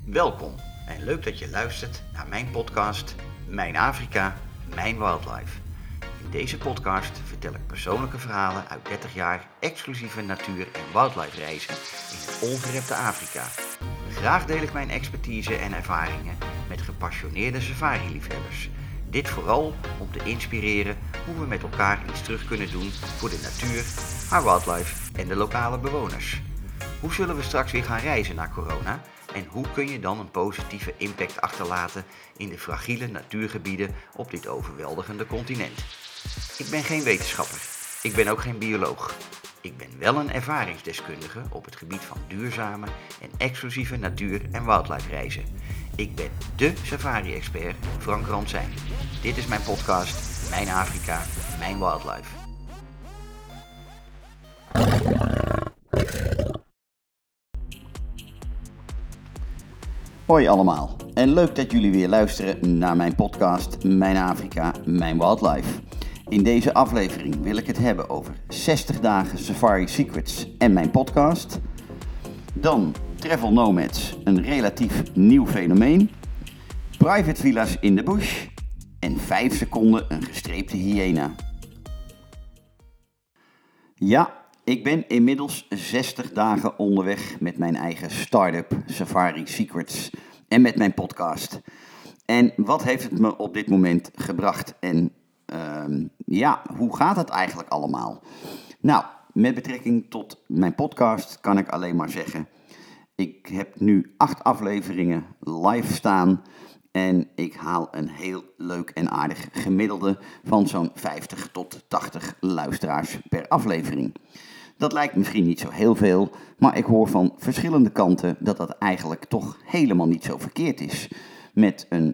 Welkom en leuk dat je luistert naar mijn podcast Mijn Afrika, Mijn Wildlife. In deze podcast vertel ik persoonlijke verhalen uit 30 jaar exclusieve natuur- en wildlife reizen in het ongerepte Afrika. Graag deel ik mijn expertise en ervaringen met gepassioneerde safari-liefhebbers. Dit vooral om te inspireren hoe we met elkaar iets terug kunnen doen voor de natuur, haar wildlife en de lokale bewoners. Hoe zullen we straks weer gaan reizen na corona? En hoe kun je dan een positieve impact achterlaten in de fragiele natuurgebieden op dit overweldigende continent? Ik ben geen wetenschapper. Ik ben ook geen bioloog. Ik ben wel een ervaringsdeskundige op het gebied van duurzame en exclusieve natuur- en wildlife reizen. Ik ben dé safari-expert Frank Ransijn. Dit is mijn podcast Mijn Afrika, Mijn Wildlife. Hoi allemaal en leuk dat jullie weer luisteren naar mijn podcast Mijn Afrika, Mijn Wildlife. In deze aflevering wil ik het hebben over 60 dagen Safari Secrets en mijn podcast. Dan Travel Nomads, een relatief nieuw fenomeen. Private villa's in de bush. En 5 seconden een gestreepte hyena. Ja, ik ben inmiddels 60 dagen onderweg met mijn eigen start-up Safari Secrets en met mijn podcast. En wat heeft het me op dit moment gebracht? En hoe gaat het eigenlijk allemaal? Nou, met betrekking tot mijn podcast kan ik alleen maar zeggen, ik heb nu 8 afleveringen live staan en ik haal een heel leuk en aardig gemiddelde van zo'n 50 tot 80 luisteraars per aflevering. Dat lijkt misschien niet zo heel veel, maar ik hoor van verschillende kanten dat dat eigenlijk toch helemaal niet zo verkeerd is. Met een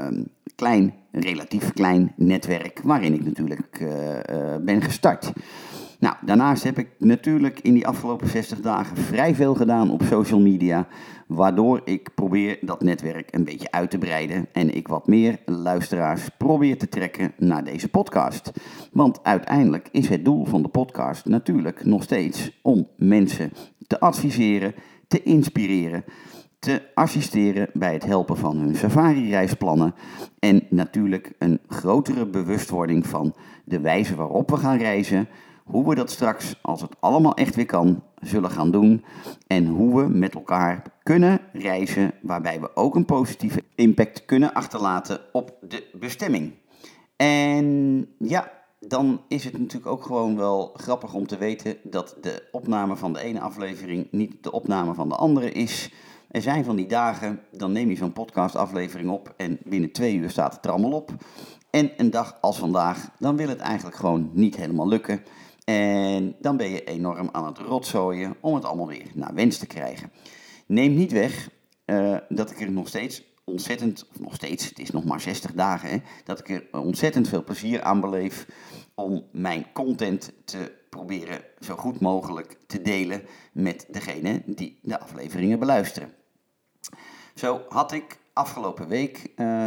relatief klein netwerk waarin ik natuurlijk ben gestart. Nou, daarnaast heb ik natuurlijk in die afgelopen 60 dagen vrij veel gedaan op social media, waardoor ik probeer dat netwerk een beetje uit te breiden en ik wat meer luisteraars probeer te trekken naar deze podcast. Want uiteindelijk is het doel van de podcast natuurlijk nog steeds om mensen te adviseren, te inspireren, te assisteren bij het helpen van hun safari-reisplannen en natuurlijk een grotere bewustwording van de wijze waarop we gaan reizen, hoe we dat straks, als het allemaal echt weer kan, zullen gaan doen en hoe we met elkaar kunnen reizen waarbij we ook een positieve impact kunnen achterlaten op de bestemming. En ja, dan is het natuurlijk ook gewoon wel grappig om te weten dat de opname van de ene aflevering niet de opname van de andere is. Er zijn van die dagen, dan neem je zo'n podcastaflevering op en binnen 2 uur staat het er allemaal op. En een dag als vandaag, dan wil het eigenlijk gewoon niet helemaal lukken. En dan ben je enorm aan het rotzooien om het allemaal weer naar wens te krijgen. Neem niet weg dat ik er nog steeds het is nog maar 60 dagen, hè, dat ik er ontzettend veel plezier aan beleef om mijn content te proberen zo goed mogelijk te delen met degene die de afleveringen beluisteren. Zo had ik afgelopen week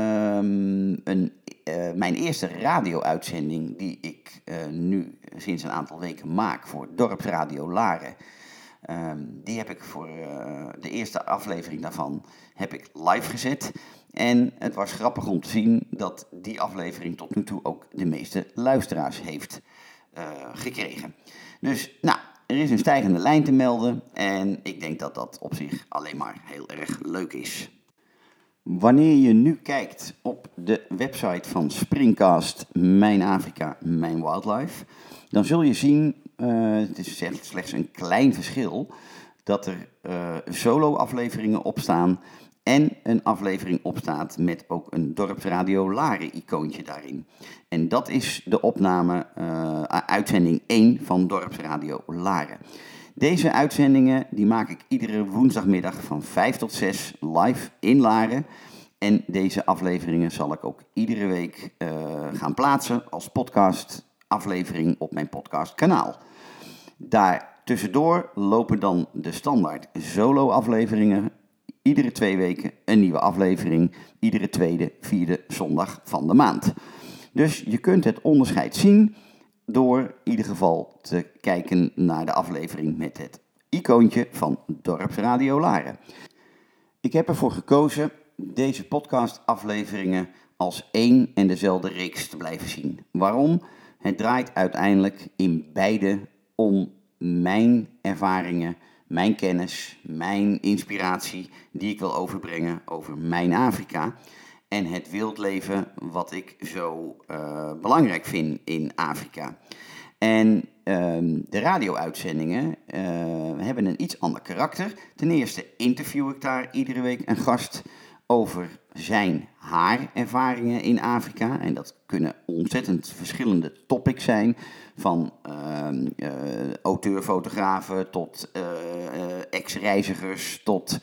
mijn eerste radio-uitzending die ik nu sinds een aantal weken maak voor Dorpsradio Laren. Die heb ik voor de eerste aflevering daarvan heb ik live gezet. En het was grappig om te zien dat die aflevering tot nu toe ook de meeste luisteraars heeft gekregen. Dus, nou, er is een stijgende lijn te melden en ik denk dat dat op zich alleen maar heel erg leuk is. Wanneer je nu kijkt op de website van Springcast Mijn Afrika, Mijn Wildlife, dan zul je zien, het is slechts een klein verschil, dat er solo-afleveringen opstaan en een aflevering opstaat met ook een Dorpsradio Laren-icoontje daarin. En dat is de uitzending 1 van Dorpsradio Laren. Deze uitzendingen die maak ik iedere woensdagmiddag van 5 tot 6 live in Laren. En deze afleveringen zal ik ook iedere week gaan plaatsen als podcastaflevering op mijn podcastkanaal. Daar tussendoor lopen dan de standaard solo-afleveringen. Iedere 2 weken een nieuwe aflevering, iedere 2e, 4e zondag van de maand. Dus je kunt het onderscheid zien door in ieder geval te kijken naar de aflevering met het icoontje van Dorpsradio Laren. Ik heb ervoor gekozen deze podcastafleveringen als één en dezelfde reeks te blijven zien. Waarom? Het draait uiteindelijk in beide om mijn ervaringen, mijn kennis, mijn inspiratie die ik wil overbrengen over mijn Afrika. En het wildleven wat ik zo belangrijk vind in Afrika. En de radio-uitzendingen hebben een iets ander karakter. Ten eerste interview ik daar iedere week een gast over haar ervaringen in Afrika. En dat kunnen ontzettend verschillende topics zijn. Van auteur-fotografen tot ex-reizigers tot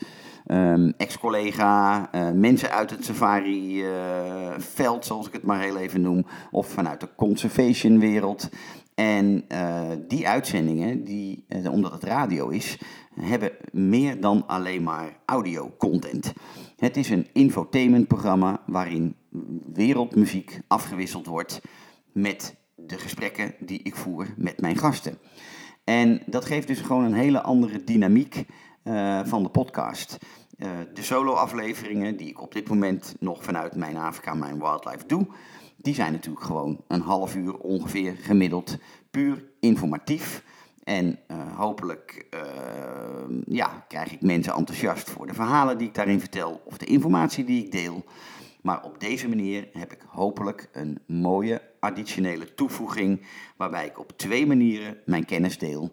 ex-collega, mensen uit het safari-veld, zoals ik het maar heel even noem. Of vanuit de conservation-wereld. En die uitzendingen, omdat het radio is, hebben meer dan alleen maar audio-content. Het is een infotainmentprogramma waarin wereldmuziek afgewisseld wordt met de gesprekken die ik voer met mijn gasten. En dat geeft dus gewoon een hele andere dynamiek van de podcast. De solo-afleveringen die ik op dit moment nog vanuit mijn Afrika, mijn wildlife doe, die zijn natuurlijk gewoon een half uur ongeveer gemiddeld, puur informatief. En hopelijk krijg ik mensen enthousiast voor de verhalen die ik daarin vertel of de informatie die ik deel. Maar op deze manier heb ik hopelijk een mooie additionele toevoeging waarbij ik op 2 manieren mijn kennis deel.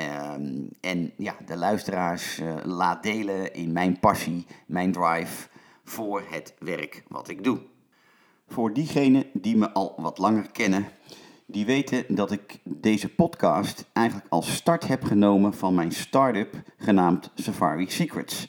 En de luisteraars laat delen in mijn passie, mijn drive voor het werk wat ik doe. Voor diegenen die me al wat langer kennen, die weten dat ik deze podcast eigenlijk als start heb genomen van mijn start-up genaamd Safari Secrets.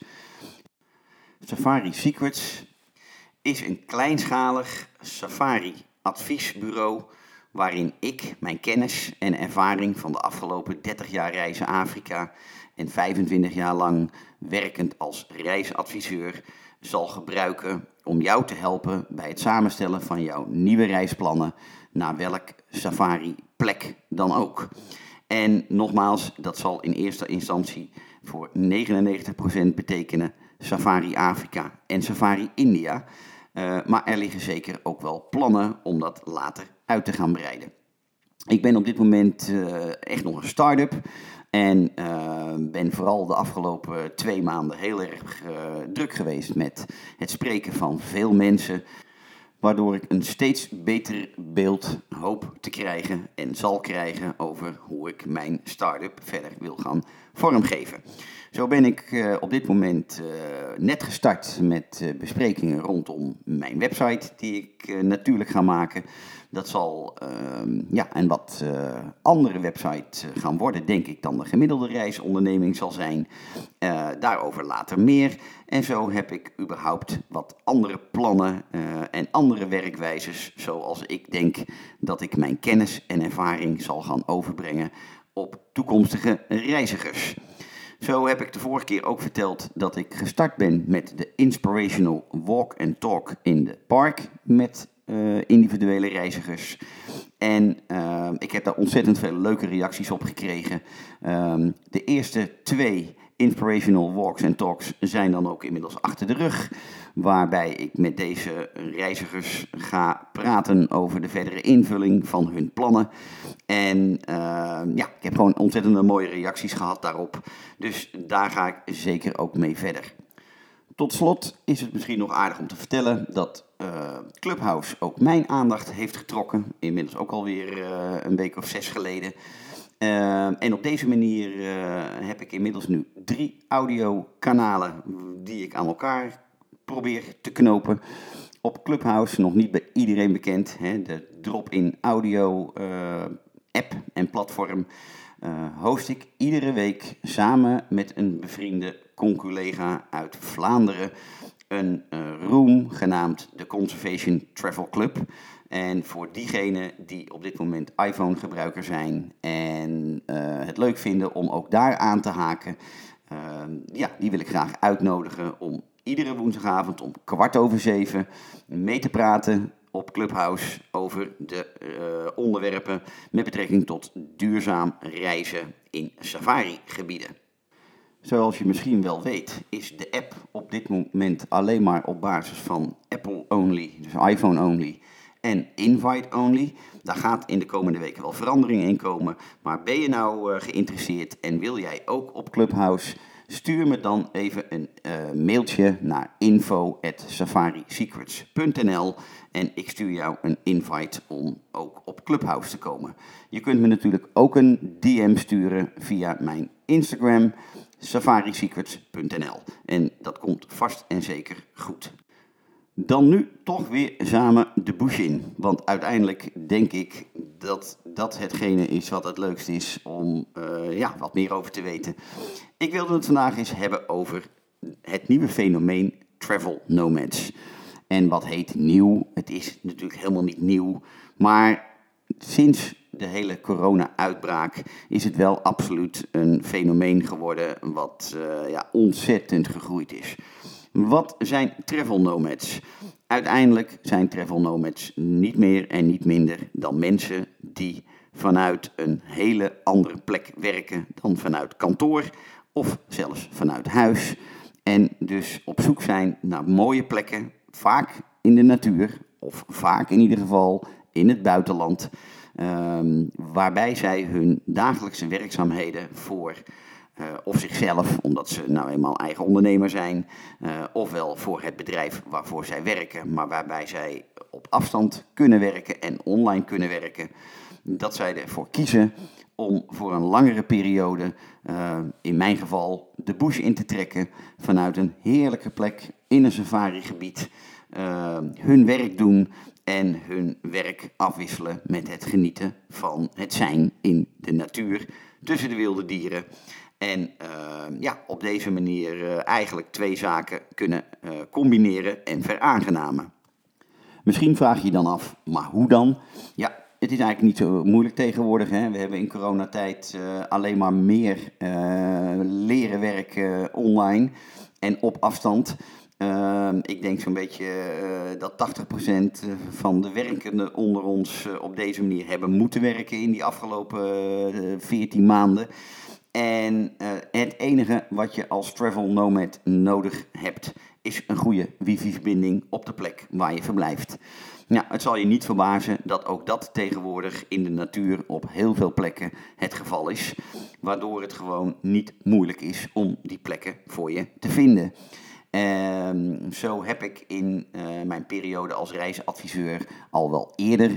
Safari Secrets is een kleinschalig safari-adviesbureau waarin ik mijn kennis en ervaring van de afgelopen 30 jaar reizen Afrika en 25 jaar lang werkend als reisadviseur zal gebruiken om jou te helpen bij het samenstellen van jouw nieuwe reisplannen naar welk safari-plek dan ook. En nogmaals, dat zal in eerste instantie voor 99% betekenen Safari Afrika en Safari India. Maar er liggen zeker ook wel plannen om dat later uit te gaan breiden. Ik ben op dit moment echt nog een start-up. En ben vooral de afgelopen 2 maanden heel erg druk geweest met het spreken van veel mensen. Waardoor ik een steeds beter beeld hoop te krijgen en zal krijgen over hoe ik mijn start-up verder wil gaan vormgeven. Zo ben ik op dit moment net gestart met besprekingen rondom mijn website die ik natuurlijk ga maken. Dat zal een wat andere website gaan worden, denk ik, dan de gemiddelde reisonderneming zal zijn. Daarover later meer. En zo heb ik überhaupt wat andere plannen en andere werkwijzes, zoals ik denk dat ik mijn kennis en ervaring zal gaan overbrengen op toekomstige reizigers. Zo heb ik de vorige keer ook verteld dat ik gestart ben met de Inspirational Walk and Talk in the Park met individuele reizigers. En ik heb daar ontzettend veel leuke reacties op gekregen. De eerste 2 Inspirational Walks and Talks zijn dan ook inmiddels achter de rug. Waarbij ik met deze reizigers ga praten over de verdere invulling van hun plannen. En ik heb gewoon ontzettend mooie reacties gehad daarop. Dus daar ga ik zeker ook mee verder. Tot slot is het misschien nog aardig om te vertellen dat Clubhouse ook mijn aandacht heeft getrokken. Inmiddels ook alweer een week of 6 geleden. En op deze manier heb ik inmiddels nu 3 audiokanalen die ik aan elkaar probeer te knopen. Op Clubhouse, nog niet bij iedereen bekend, de drop-in audio app en platform, host ik iedere week samen met een bevriende conculega uit Vlaanderen een room genaamd de Conservation Travel Club. En voor diegenen die op dit moment iPhone-gebruiker zijn en het leuk vinden om ook daar aan te haken, die wil ik graag uitnodigen om iedere woensdagavond om 6:15 mee te praten op Clubhouse over de onderwerpen met betrekking tot duurzaam reizen in safari-gebieden. Zoals je misschien wel weet, is de app op dit moment alleen maar op basis van Apple only, dus iPhone only en invite only. Daar gaat in de komende weken wel verandering in komen. Maar ben je nou geïnteresseerd en wil jij ook op Clubhouse? Stuur me dan even een mailtje naar info@safarisecrets.nl en ik stuur jou een invite om ook op Clubhouse te komen. Je kunt me natuurlijk ook een DM sturen via mijn Instagram, safarisecrets.nl. En dat komt vast en zeker goed. Dan nu toch weer samen de bush in. Want uiteindelijk denk ik dat dat hetgene is wat het leukst is om wat meer over te weten. Ik wilde het vandaag eens hebben over het nieuwe fenomeen travel nomads. En wat heet nieuw? Het is natuurlijk helemaal niet nieuw. Maar sinds de hele corona-uitbraak is het wel absoluut een fenomeen geworden wat ontzettend gegroeid is. Wat zijn travel nomads? Uiteindelijk zijn travel nomads niet meer en niet minder dan mensen die vanuit een hele andere plek werken dan vanuit kantoor of zelfs vanuit huis. En dus op zoek zijn naar mooie plekken, vaak in de natuur of vaak in ieder geval in het buitenland, waarbij zij hun dagelijkse werkzaamheden voor of zichzelf, omdat ze nou eenmaal eigen ondernemer zijn, ofwel voor het bedrijf waarvoor zij werken, maar waarbij zij op afstand kunnen werken en online kunnen werken, dat zij ervoor kiezen om voor een langere periode, in mijn geval, de bush in te trekken vanuit een heerlijke plek in een safarigebied, hun werk doen en hun werk afwisselen met het genieten van het zijn in de natuur tussen de wilde dieren. En op deze manier eigenlijk twee zaken kunnen combineren en veraangenamen. Misschien vraag je je dan af, maar hoe dan? Ja, het is eigenlijk niet zo moeilijk tegenwoordig. Hè? We hebben in coronatijd alleen maar meer leren werken online en op afstand. Ik denk zo'n beetje dat 80% van de werkenden onder ons op deze manier hebben moeten werken in die afgelopen 14 maanden. En het enige wat je als travel nomad nodig hebt, is een goede wifi-verbinding op de plek waar je verblijft. Nou, het zal je niet verbazen dat ook dat tegenwoordig in de natuur op heel veel plekken het geval is. Waardoor het gewoon niet moeilijk is om die plekken voor je te vinden. Zo heb ik in mijn periode als reisadviseur al wel eerder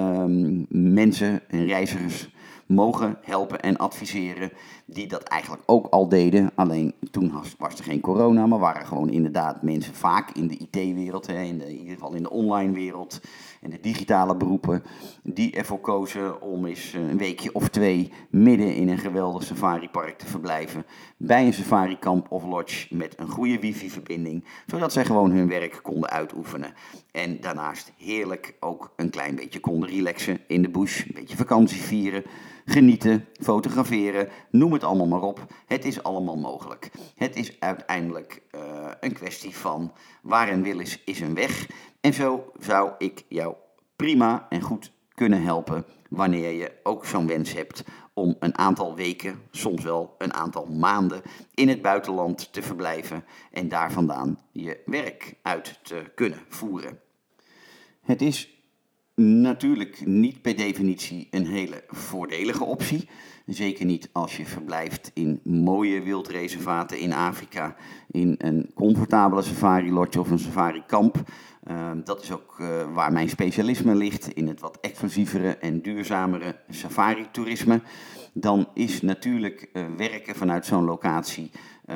mensen en reizigers mogen helpen en adviseren die dat eigenlijk ook al deden. Alleen toen was er geen corona, maar waren gewoon inderdaad mensen vaak in de IT-wereld, in ieder geval in de online wereld en de digitale beroepen, die ervoor kozen om eens een weekje of 2 midden in een geweldig safaripark te verblijven, bij een safarikamp of lodge met een goede wifi-verbinding, zodat zij gewoon hun werk konden uitoefenen. En daarnaast heerlijk ook een klein beetje konden relaxen in de bush, een beetje vakantie vieren, genieten, fotograferen, noem het allemaal maar op. Het is allemaal mogelijk. Het is uiteindelijk een kwestie van waar een wil is een weg. En zo zou ik jou prima en goed kunnen helpen wanneer je ook zo'n wens hebt om een aantal weken, soms wel een aantal maanden in het buitenland te verblijven en daar vandaan je werk uit te kunnen voeren. Het is natuurlijk niet per definitie een hele voordelige optie. Zeker niet als je verblijft in mooie wildreservaten in Afrika, in een comfortabele safari-lodge of een safari-kamp. Dat is ook waar mijn specialisme ligt, in het wat exclusievere en duurzamere safari-toerisme. Dan is natuurlijk werken vanuit zo'n locatie,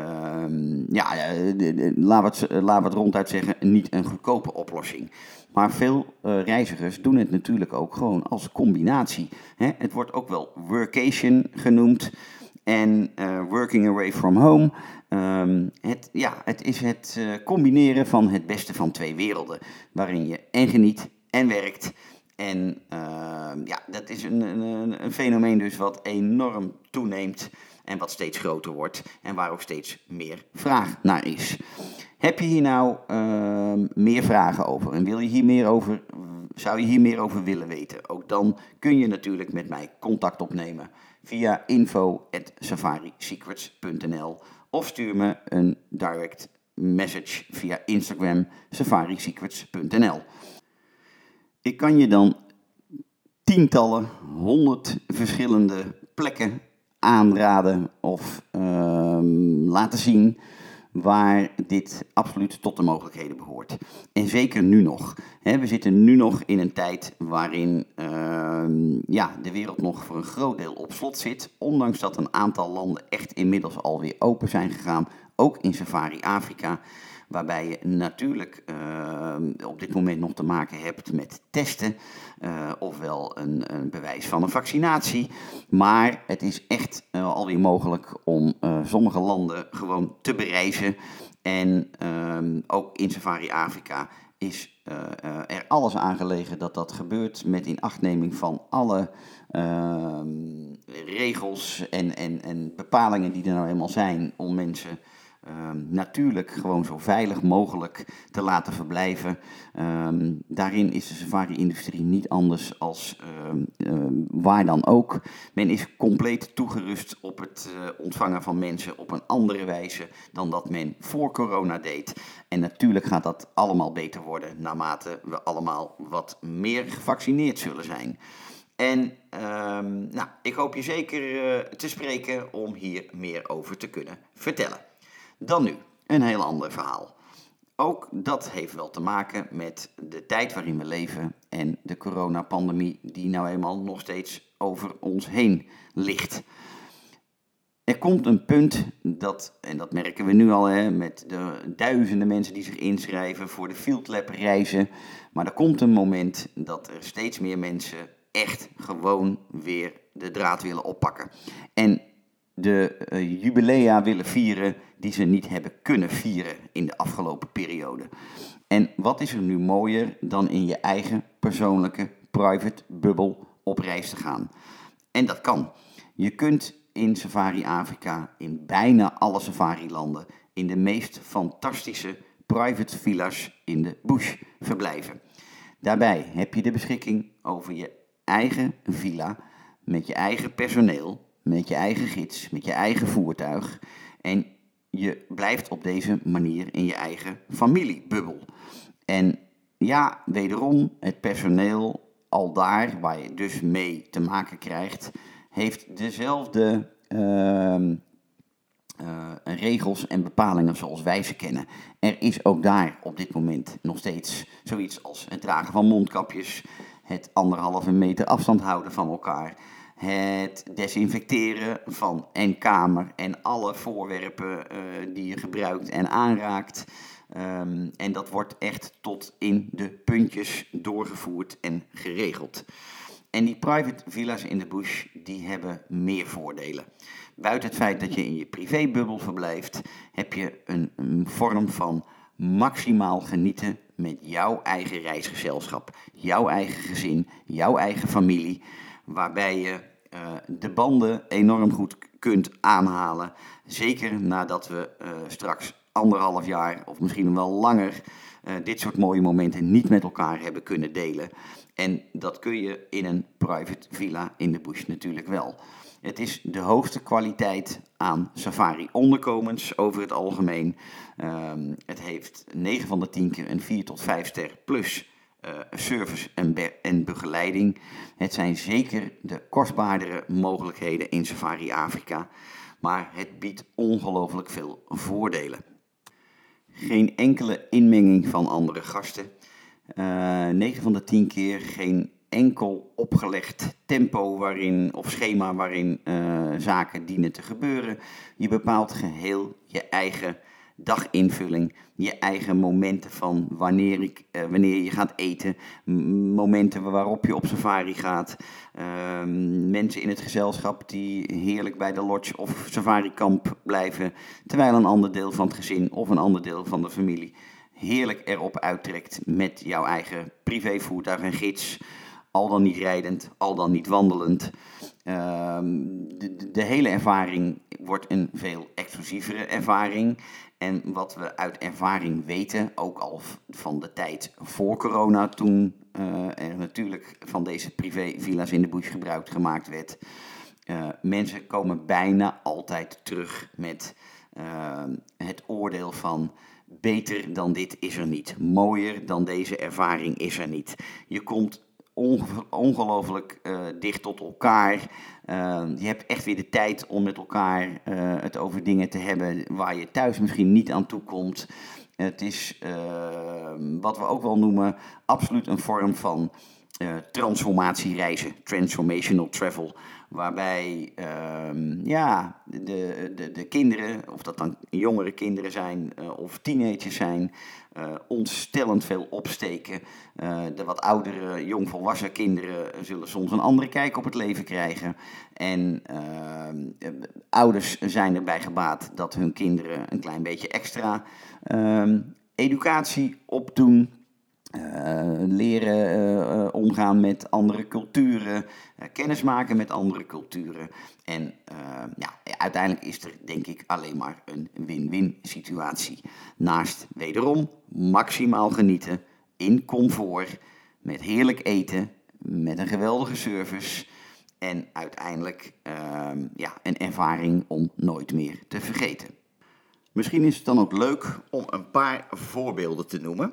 laten we het ronduit zeggen, niet een goedkope oplossing. Maar veel reizigers doen het natuurlijk ook gewoon als combinatie. Het wordt ook wel workation genoemd en working away from home. Het is het combineren van het beste van twee werelden, waarin je en geniet en werkt. En dat is een fenomeen dus wat enorm toeneemt en wat steeds groter wordt en waar ook steeds meer vraag naar is. Heb je hier nou meer vragen over en zou je hier meer over willen weten? Ook dan kun je natuurlijk met mij contact opnemen via info@safarisecrets.nl of stuur me een direct message via Instagram safarisecrets.nl. Ik kan je dan tientallen, 100 verschillende plekken aanraden of laten zien waar dit absoluut tot de mogelijkheden behoort. En zeker nu nog. We zitten nu nog in een tijd waarin de wereld nog voor een groot deel op slot zit. Ondanks dat een aantal landen echt inmiddels alweer open zijn gegaan. Ook in Safari Afrika. Waarbij je natuurlijk op dit moment nog te maken hebt met testen. Ofwel een bewijs van een vaccinatie. Maar het is echt alweer mogelijk om sommige landen gewoon te bereizen. En ook in Safari Afrika is er alles aangelegen dat dat gebeurt met inachtneming van alle regels en bepalingen die er nou eenmaal zijn om mensen natuurlijk gewoon zo veilig mogelijk te laten verblijven. Daarin is de safari-industrie niet anders als waar dan ook. Men is compleet toegerust op het ontvangen van mensen op een andere wijze dan dat men voor corona deed. En natuurlijk gaat dat allemaal beter worden naarmate we allemaal wat meer gevaccineerd zullen zijn. En ik hoop je zeker te spreken om hier meer over te kunnen vertellen. Dan nu, een heel ander verhaal. Ook dat heeft wel te maken met de tijd waarin we leven en de coronapandemie die nou eenmaal nog steeds over ons heen ligt. Er komt een punt en dat merken we nu al met de duizenden mensen die zich inschrijven voor de Field Lab reizen. Maar er komt een moment dat er steeds meer mensen echt gewoon weer de draad willen oppakken. En de jubilea willen vieren die ze niet hebben kunnen vieren in de afgelopen periode. En wat is er nu mooier dan in je eigen persoonlijke private bubbel op reis te gaan? En dat kan. Je kunt in Safari Afrika, in bijna alle safari-landen, in de meest fantastische private villa's in de bush verblijven. Daarbij heb je de beschikking over je eigen villa, met je eigen personeel, met je eigen gids, met je eigen voertuig. En je blijft op deze manier in je eigen familiebubbel. En ja, wederom, het personeel al daar, waar je dus mee te maken krijgt, heeft dezelfde regels en bepalingen zoals wij ze kennen. Er is ook daar op dit moment nog steeds zoiets als het dragen van mondkapjes, het 1,5 meter afstand houden van elkaar, het desinfecteren van en kamer en alle voorwerpen die je gebruikt en aanraakt. En dat wordt echt tot in de puntjes doorgevoerd en geregeld. En die private villa's in de bush, die hebben meer voordelen. Buiten het feit dat je in je privébubbel verblijft, heb je een vorm van maximaal genieten met jouw eigen reisgezelschap, jouw eigen gezin, jouw eigen familie, waarbij je de banden enorm goed kunt aanhalen. Zeker nadat we straks 1,5 jaar of misschien wel langer dit soort mooie momenten niet met elkaar hebben kunnen delen. En dat kun je in een private villa in de bush natuurlijk wel. Het is de hoogste kwaliteit aan safari-onderkomens over het algemeen. Het heeft 9 van de 10 keer een 4 tot 5 ster plus service en begeleiding. Het zijn zeker de kostbaardere mogelijkheden in Safari Afrika, maar het biedt ongelooflijk veel voordelen. Geen enkele inmenging van andere gasten. 9 van de 10 keer geen enkel opgelegd tempo of schema waarin zaken dienen te gebeuren. Je bepaalt geheel je eigen daginvulling, je eigen momenten van wanneer je gaat eten, momenten waarop je op safari gaat, mensen in het gezelschap die heerlijk bij de lodge of safari-kamp blijven, terwijl een ander deel van het gezin of een ander deel van de familie heerlijk erop uittrekt met jouw eigen privévoertuig en gids, al dan niet rijdend, al dan niet wandelend. De hele ervaring wordt een veel exclusievere ervaring. En wat we uit ervaring weten, ook al van de tijd voor corona, toen er natuurlijk van deze privévilla's in de bush gebruik gemaakt werd, Mensen komen bijna altijd terug met het oordeel van: beter dan dit is er niet. Mooier dan deze ervaring is er niet. Je komt ongelooflijk dicht tot elkaar. Je hebt echt weer de tijd om met elkaar het over dingen te hebben waar je thuis misschien niet aan toe komt. Het is wat we ook wel noemen absoluut een vorm van transformatiereizen, transformational travel, waarbij de kinderen, of dat dan jongere kinderen zijn of teenagers zijn, ontstellend veel opsteken. De wat oudere, jongvolwassen kinderen zullen soms een andere kijk op het leven krijgen. En ouders zijn erbij gebaat dat hun kinderen een klein beetje extra educatie opdoen. Leren omgaan met andere culturen, kennis maken met andere culturen. En uiteindelijk is er denk ik alleen maar een win-win situatie. Naast wederom maximaal genieten, in comfort, met heerlijk eten, met een geweldige service. En uiteindelijk een ervaring om nooit meer te vergeten. Misschien is het dan ook leuk om een paar voorbeelden te noemen.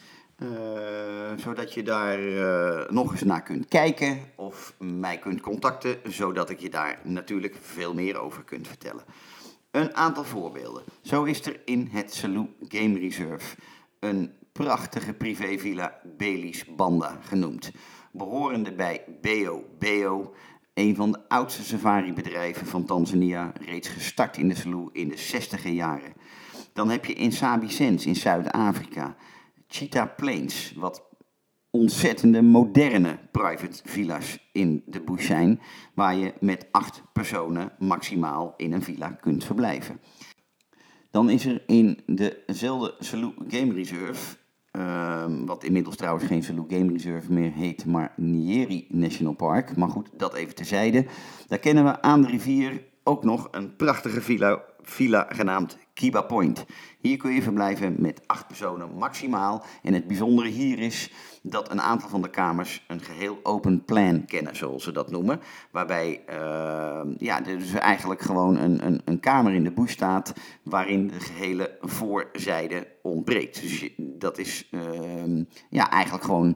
Zodat je daar nog eens naar kunt kijken of mij kunt contacten, zodat ik je daar natuurlijk veel meer over kunt vertellen. Een aantal voorbeelden. Zo is er in het Selous Game Reserve een prachtige privévilla Belis Banda genoemd, behorende bij Beo Beo, een van de oudste safaribedrijven van Tanzania, reeds gestart in de Selous in de 60e jaren. Dan heb je in Sabi Sands in Zuid-Afrika Cheetah Plains, wat ontzettende moderne private villa's in de bush zijn, waar je met 8 personen maximaal in een villa kunt verblijven. Dan is er in dezelfde Selous Game Reserve, wat inmiddels trouwens geen Selous Game Reserve meer heet, maar Nyeri National Park. Maar goed, dat even terzijde. Daar kennen we aan de rivier ook nog een prachtige villa genaamd Kiba Point. Hier kun je verblijven met 8 personen maximaal. En het bijzondere hier is dat een aantal van de kamers een geheel open plan kennen, zoals ze dat noemen. Waarbij er dus eigenlijk gewoon een kamer in de bush staat waarin de gehele voorzijde ontbreekt. Dus dat is eigenlijk gewoon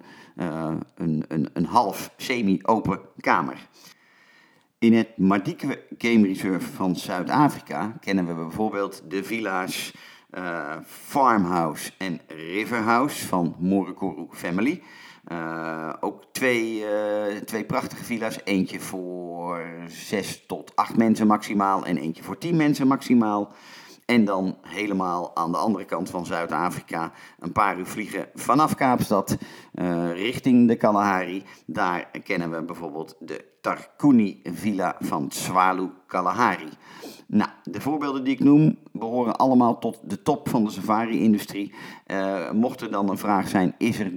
een half semi-open kamer. In het Madikwe Game Reserve van Zuid-Afrika kennen we bijvoorbeeld de villa's Farmhouse en Riverhouse van Morokoru Family. Ook twee prachtige villa's. Eentje voor 6 tot 8 mensen maximaal en eentje voor 10 mensen maximaal. En dan helemaal aan de andere kant van Zuid-Afrika een paar uur vliegen vanaf Kaapstad richting de Kalahari. Daar kennen we bijvoorbeeld de Tarkuni Villa van Tswalu Kalahari. Nou, de voorbeelden die ik noem behoren allemaal tot de top van de safari-industrie. Mocht er dan een vraag zijn, zijn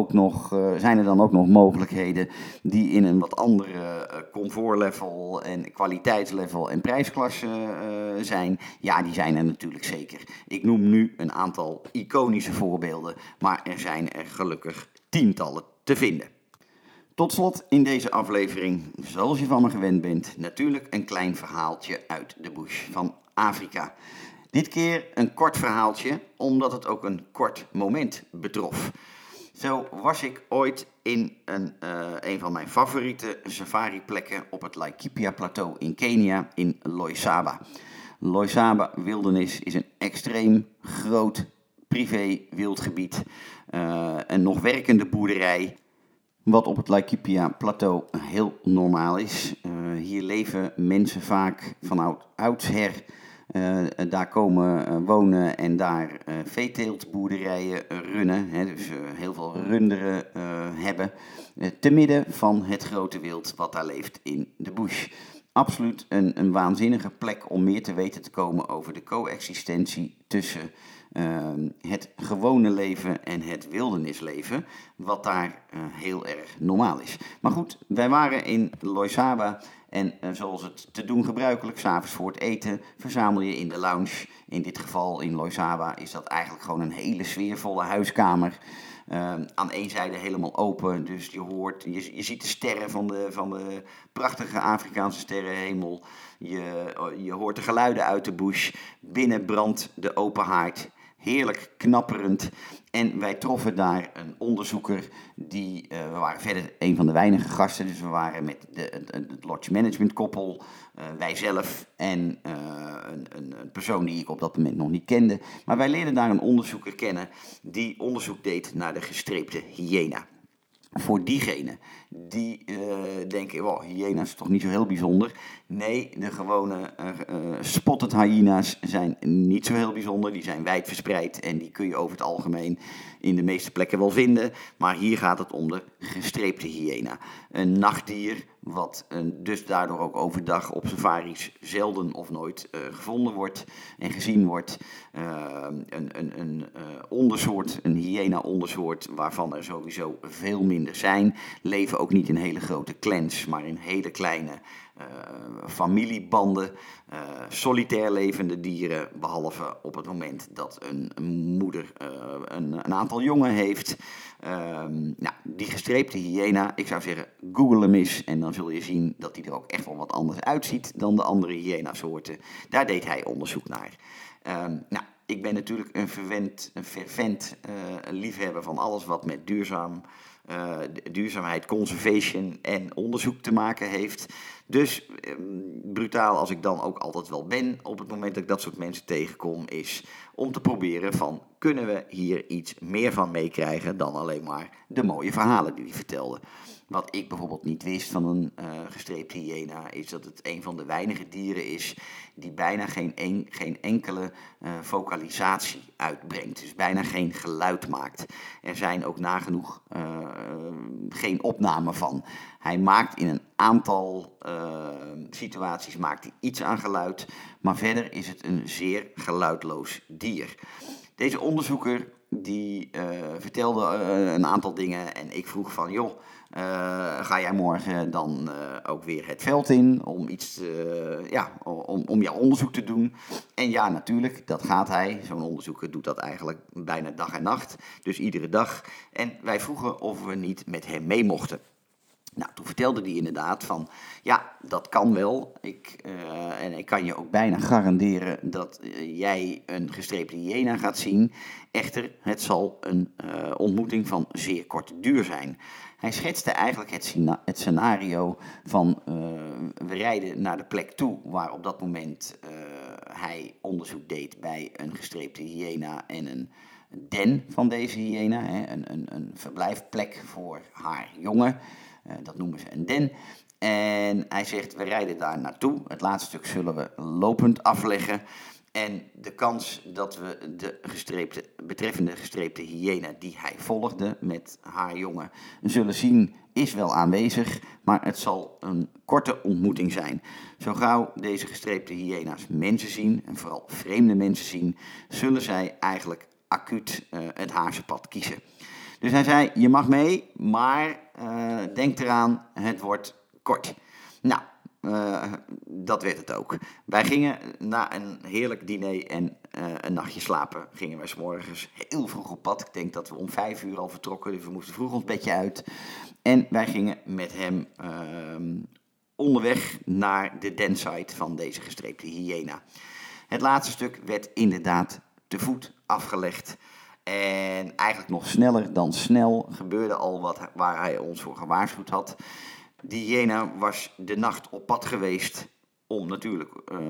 er dan ook nog mogelijkheden die in een wat andere comfortlevel en kwaliteitslevel en prijsklasse zijn? Ja, die zijn er natuurlijk zeker. Ik noem nu een aantal iconische voorbeelden, maar er zijn er gelukkig tientallen te vinden. Tot slot in deze aflevering, zoals je van me gewend bent, natuurlijk een klein verhaaltje uit de bush van Afrika. Dit keer een kort verhaaltje, omdat het ook een kort moment betrof. Zo was ik ooit in een van mijn favoriete safariplekken op het Laikipia Plateau in Kenia, in Loisaba. Loisaba wildernis is een extreem groot privé wildgebied, een nog werkende boerderij, wat op het Laikipia Plateau heel normaal is. Hier leven mensen vaak van oudsher daar komen wonen en daar veeteeltboerderijen runnen. Dus heel veel runderen hebben. Te midden van het grote wild wat daar leeft in de bush. Absoluut een waanzinnige plek om meer te weten te komen over de coexistentie tussen het gewone leven en het wildernisleven, wat daar heel erg normaal is. Maar goed, wij waren in Loisaba En zoals het te doen gebruikelijk, 's avonds voor het eten, verzamel je in de lounge. In dit geval in Loisawa is dat eigenlijk gewoon een hele sfeervolle huiskamer. Aan één zijde helemaal open, dus je ziet de sterren van de prachtige Afrikaanse sterrenhemel. Je hoort de geluiden uit de bush. Binnen brandt de open haard. Heerlijk knapperend. En wij troffen daar een onderzoeker we waren verder een van de weinige gasten, dus we waren met het lodge management koppel, wij zelf en een persoon die ik op dat moment nog niet kende. Maar wij leerden daar een onderzoeker kennen die onderzoek deed naar de gestreepte hyena. Voor diegenen die denken, wow, hyena is toch niet zo heel bijzonder. Nee, de gewone spotted hyena's zijn niet zo heel bijzonder. Die zijn wijd verspreid en die kun je over het algemeen in de meeste plekken wel vinden. Maar hier gaat het om de gestreepte hyena. Een nachtdier wat dus daardoor ook overdag op safaris zelden of nooit gevonden wordt en gezien wordt. Een ondersoort, een hyena-ondersoort waarvan er sowieso veel minder zijn. Leven ook niet in hele grote clans, maar in hele kleine familiebanden. Solitair levende dieren, behalve op het moment dat een moeder een aantal jongen heeft. Die gestreepte hyena, ik zou zeggen, google hem eens en dan zul je zien dat hij er ook echt wel wat anders uitziet dan de andere hyena-soorten. Daar deed hij onderzoek naar. Ik ben natuurlijk een fervent liefhebber van alles wat met duurzaamheid, conservation en onderzoek te maken heeft. Dus brutaal als ik dan ook altijd wel ben op het moment dat ik dat soort mensen tegenkom, is om te proberen van, kunnen we hier iets meer van meekrijgen dan alleen maar de mooie verhalen die hij vertelde. Wat ik bijvoorbeeld niet wist van een gestreepte hyena, is dat het een van de weinige dieren is die bijna geen enkele vocalisatie uitbrengt. Dus bijna geen geluid maakt. Er zijn ook nagenoeg geen opnamen van. Hij maakt in een aantal situaties iets aan geluid, maar verder is het een zeer geluidloos dier. Deze onderzoeker die vertelde een aantal dingen en ik vroeg van, joh, ga jij morgen dan ook weer het veld in om om jouw onderzoek te doen? En ja, natuurlijk, dat gaat hij. Zo'n onderzoeker doet dat eigenlijk bijna dag en nacht, dus iedere dag. En wij vroegen of we niet met hem mee mochten. Nou, toen vertelde hij inderdaad van, ja, dat kan wel. En ik kan je ook bijna garanderen dat jij een gestreepte hyena gaat zien. Echter, het zal een ontmoeting van zeer korte duur zijn. Hij schetste eigenlijk het scenario van, we rijden naar de plek toe waar op dat moment hij onderzoek deed bij een gestreepte hyena en een den van deze hyena. Een verblijfplek voor haar jongen. Dat noemen ze een den. En hij zegt, we rijden daar naartoe. Het laatste stuk zullen we lopend afleggen. En de kans dat we de betreffende gestreepte hyena die hij volgde met haar jongen zullen zien, is wel aanwezig. Maar het zal een korte ontmoeting zijn. Zo gauw deze gestreepte hyena's mensen zien, en vooral vreemde mensen zien, zullen zij eigenlijk acuut het hazenpad kiezen. Dus hij zei, je mag mee, maar denk eraan, het wordt kort. Nou, dat werd het ook. Wij gingen na een heerlijk diner en een nachtje slapen, gingen wij 's morgens heel vroeg op pad. Ik denk dat we om 5 uur al vertrokken, dus we moesten vroeg ons bedje uit. En wij gingen met hem onderweg naar de densite van deze gestreepte hyena. Het laatste stuk werd inderdaad te voet afgelegd. En eigenlijk nog sneller dan snel gebeurde al waar hij ons voor gewaarschuwd had. Die hyena was de nacht op pad geweest om natuurlijk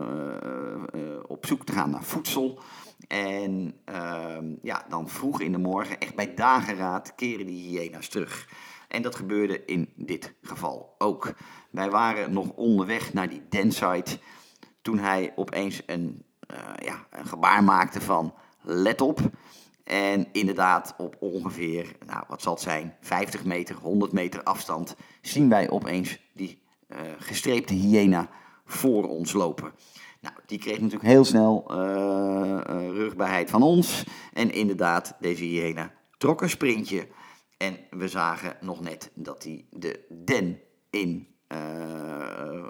op zoek te gaan naar voedsel. En dan vroeg in de morgen, echt bij dageraad, keren die hyena's terug. En dat gebeurde in dit geval ook. Wij waren nog onderweg naar die densite toen hij opeens een gebaar maakte van let op. En inderdaad op ongeveer, wat zal het zijn, 50 meter, 100 meter afstand zien wij opeens die gestreepte hyena voor ons lopen. Nou, die kreeg natuurlijk heel snel rugbaarheid van ons. En inderdaad, deze hyena trok een sprintje. En we zagen nog net dat hij de den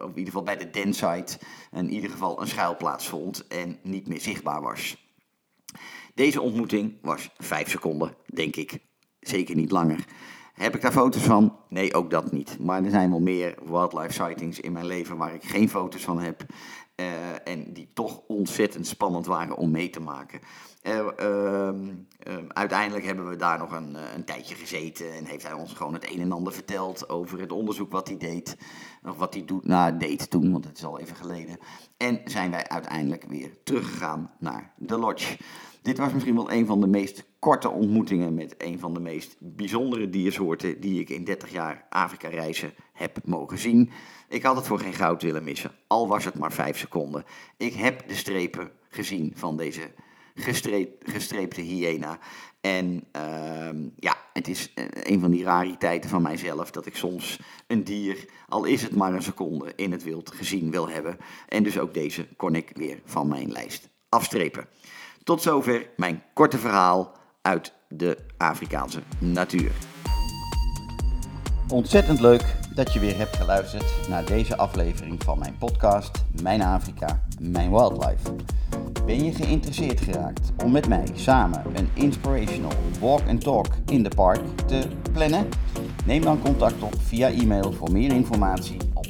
in ieder geval bij de densite, in ieder geval een schuilplaats vond en niet meer zichtbaar was. Deze ontmoeting was 5 seconden, denk ik. Zeker niet langer. Heb ik daar foto's van? Nee, ook dat niet. Maar er zijn wel meer wildlife sightings in mijn leven waar ik geen foto's van heb. En die toch ontzettend spannend waren om mee te maken. Uiteindelijk hebben we daar nog een tijdje gezeten en heeft hij ons gewoon het een en ander verteld over het onderzoek wat hij deed. Of wat hij deed toen, want het is al even geleden. En zijn wij uiteindelijk weer teruggegaan naar de lodge. Dit was misschien wel een van de meest korte ontmoetingen met een van de meest bijzondere diersoorten die ik in 30 jaar Afrika reizen heb mogen zien. Ik had het voor geen goud willen missen, al was het maar 5 seconden. Ik heb de strepen gezien van deze gestreepte hyena. En het is een van die rariteiten van mijzelf dat ik soms een dier, al is het maar een seconde, in het wild gezien wil hebben. En dus ook deze kon ik weer van mijn lijst afstrepen. Tot zover mijn korte verhaal uit de Afrikaanse natuur. Ontzettend leuk dat je weer hebt geluisterd naar deze aflevering van mijn podcast Mijn Afrika, Mijn Wildlife. Ben je geïnteresseerd geraakt om met mij samen een inspirational walk and talk in the park te plannen? Neem dan contact op via e-mail voor meer informatie op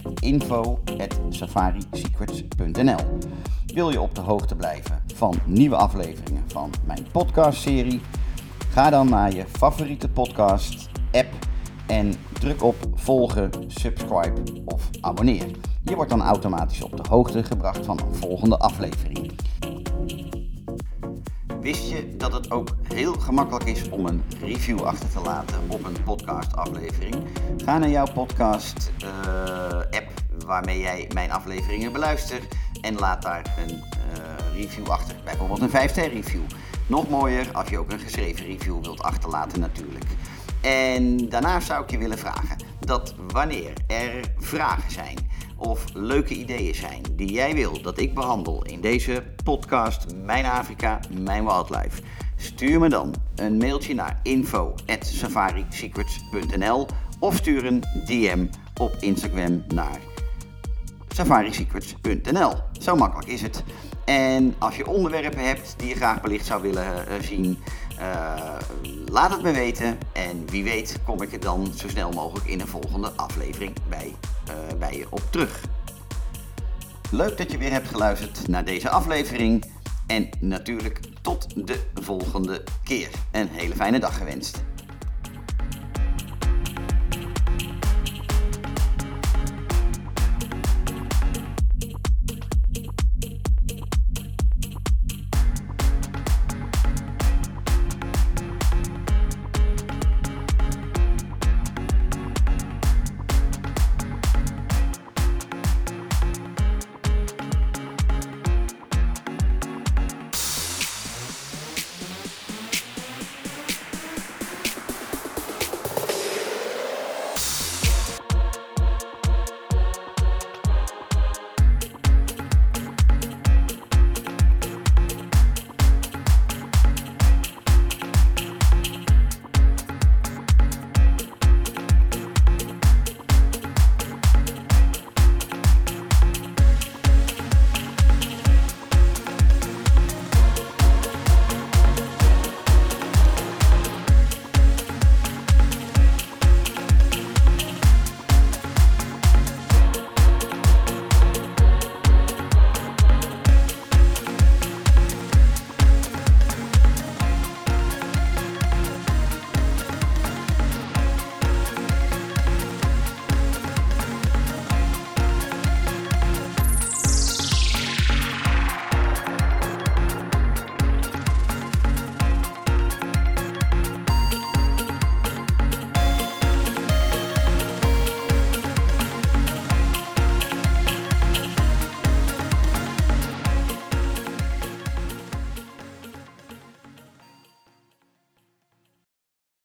info@safarisecrets.nl. Wil je op de hoogte blijven van nieuwe afleveringen van mijn podcastserie? Ga dan naar je favoriete podcast app en druk op volgen, subscribe of abonneer. Je wordt dan automatisch op de hoogte gebracht van een volgende aflevering. Wist je dat het ook heel gemakkelijk is om een review achter te laten op een podcastaflevering? Ga naar jouw podcast app waarmee jij mijn afleveringen beluistert en laat daar een review achter. Bijvoorbeeld een 5-ster review. Nog mooier als je ook een geschreven review wilt achterlaten natuurlijk. En daarnaast zou ik je willen vragen dat wanneer er vragen zijn of leuke ideeën zijn die jij wil dat ik behandel in deze podcast Mijn Afrika, Mijn Wildlife, stuur me dan een mailtje naar info@safarisecrets.nl of stuur een DM op Instagram naar safarisecrets.nl. Zo makkelijk is het. En als je onderwerpen hebt die je graag belicht zou willen zien, laat het me weten. En wie weet kom ik er dan zo snel mogelijk in een volgende aflevering bij je op terug. Leuk dat je weer hebt geluisterd naar deze aflevering. En natuurlijk tot de volgende keer. Een hele fijne dag gewenst.